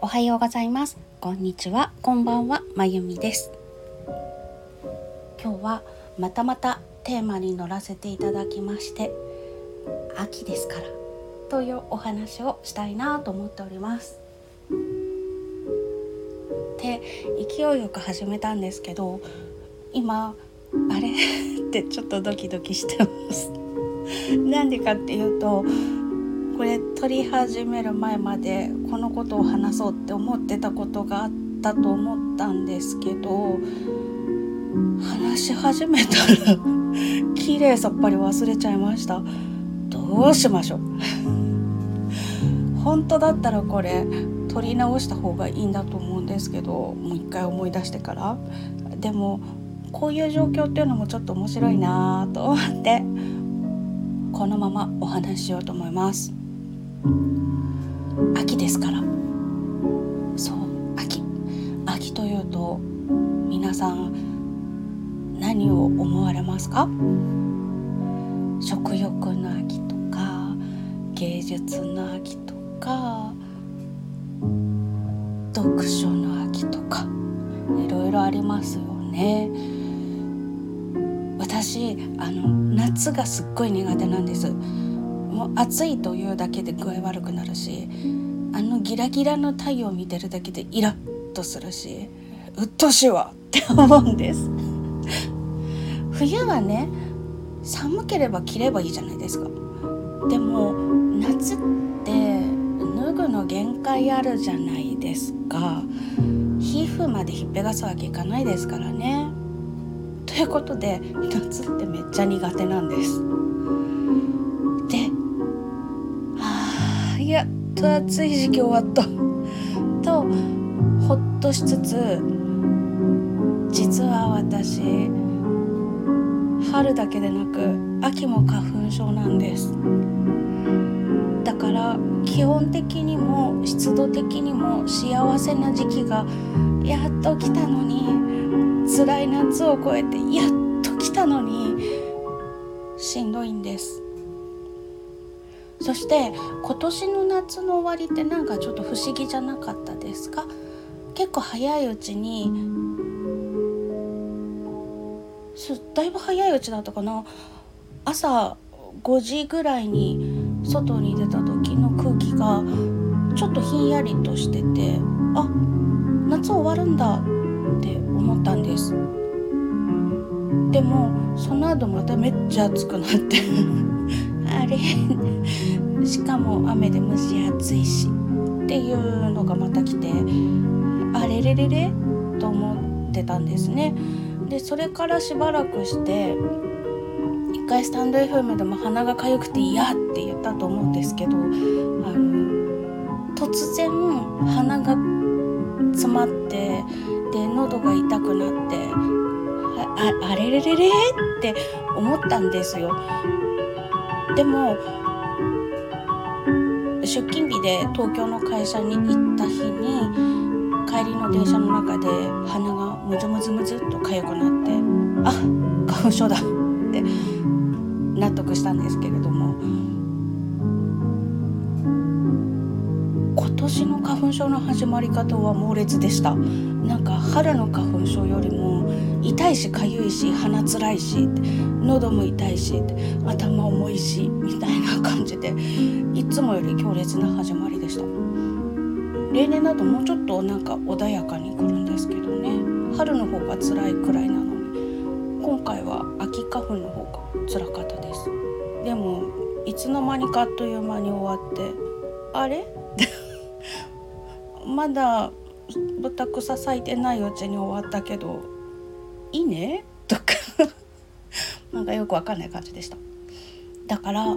おはようございます。こんにちは、こんばんは、まゆみです。今日はまたテーマに乗らせていただきまして、秋ですからというお話をしたいなと思っております。で、勢いよく始めたんですけど、今あれってちょっとドキドキしてますなんでかっていうと、これ撮り始める前までこのことを話そうって思ってたことがあったと思ったんですけど、話し始めたらきれいさっぱり忘れちゃいました。どうしましょう本当だったらこれ撮り直した方がいいんだと思うんですけど、もう一回思い出してから。でもこういう状況っていうのもちょっと面白いなと思ってこのままお話ししようと思います。秋ですから。そう、秋というと皆さん何を思われますか？食欲の秋とか芸術の秋とか読書の秋とかいろいろありますよね。私夏がすっごい苦手なんです。もう暑いというだけで具合悪くなるし、ギラギラの太陽を見てるだけでイラッとするし、うっとしいわって思うんです冬はね、寒ければ着ればいいじゃないですか。でも夏って脱ぐの限界あるじゃないですか。皮膚までひっぺがすわけいかないですからね。ということで夏ってめっちゃ苦手なんです。で、やっと暑い時期終わったとほっとしつつ、実は私春だけでなく秋も花粉症なんです。だから基本的にも湿度的にも幸せな時期がやっと来たのに、辛い夏を越えてやっと来たのにしんどいんです。そして今年の夏の終わりってなんかちょっと不思議じゃなかったですか？結構早いうちに、だいぶ早いうちだったかな、朝5時ぐらいに外に出た時の空気がちょっとひんやりとしてて、あ、夏終わるんだって思ったんです。でもその後まためっちゃ暑くなってあれしかも雨で蒸し暑いしっていうのがまた来て、あれれれれと思ってたんですね。でそれからしばらくして一回スタンド FM でも鼻が痒くて嫌って言ったと思うんですけど、突然鼻が詰まってで喉が痛くなって、あれれれれって思ったんですよ。でも出勤日で東京の会社に行った日に帰りの電車の中で鼻がムズムズムズっと痒くなって、あ、花粉症だって納得したんですけれども、今年の花粉症の始まり方は猛烈でした。なんか春の花粉症よりも痛いし痒いし鼻つらいし喉も痛いし頭重いしみたいな感じで、いつもより強烈な始まりでした。例年だともうちょっとなんか穏やかに来るんですけどね、春の方が辛いくらいなのに今回は秋花粉の方が辛かったです。でもいつの間にかあっという間に終わって、あれまだ豚草咲いてないうちに終わったけどいいねとかなんかよくわかんない感じでした。だから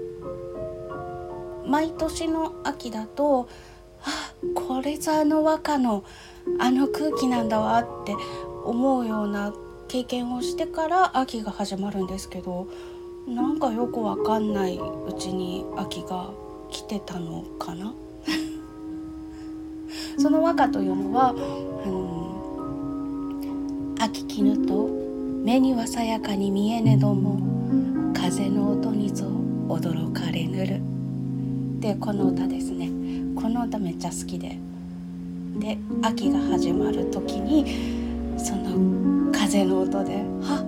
毎年の秋だと、これぞ和歌の空気なんだわって思うような経験をしてから秋が始まるんですけど、なんかよくわかんないうちに秋が来てたのかなその和歌というのは、秋きぬと目にはさやかに見えねども風の音にぞ驚かれぬるってこの歌ですね。この歌めっちゃ好きで、 で秋が始まる時にその風の音で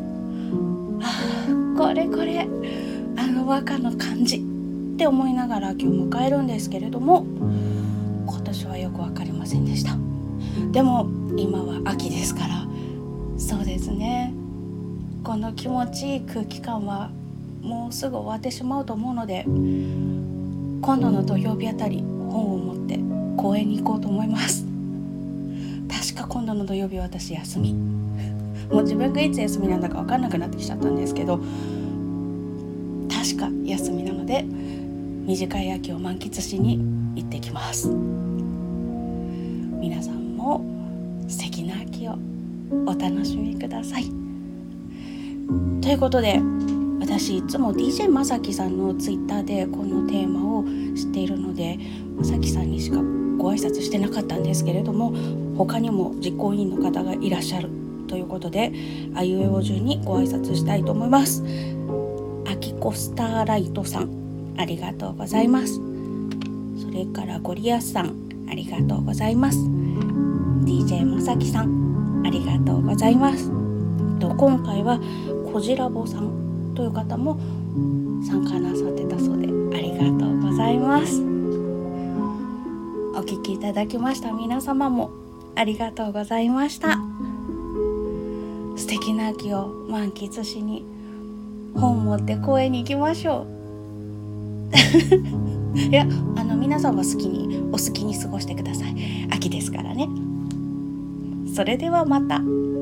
これ和歌の感じって思いながら秋を迎えるんですけれども、今年はよくわかりませんでした。でも今は秋ですから、そうですね、この気持ちいい空気感はもうすぐ終わってしまうと思うので、今度の土曜日あたり本を持って公園に行こうと思います。確か今度の土曜日は私休み、もう自分がいつ休みなんだか分かんなくなってきちゃったんですけど、確か休みなので短い秋を満喫しに行ってきます。皆さんも素敵な秋をお楽しみください。ということで、私いつも DJ まさきさんのツイッターでこのテーマを知っているので、まさきさんにしかご挨拶してなかったんですけれども、他にも実行委員の方がいらっしゃるということで、あいうえお順にご挨拶したいと思います。あきこスターライトさん、ありがとうございます。それからゴリアスさん、ありがとうございます。 DJ まさきさん、ありがとうございます。今回はこじらぼさんという方も参加なさってたそうで、ありがとうございます。お聞きいただきました皆様もありがとうございました。素敵な秋を満喫しに本持って公園に行きましょういや、皆さんはお好きに過ごしてください。秋ですからね。それではまた。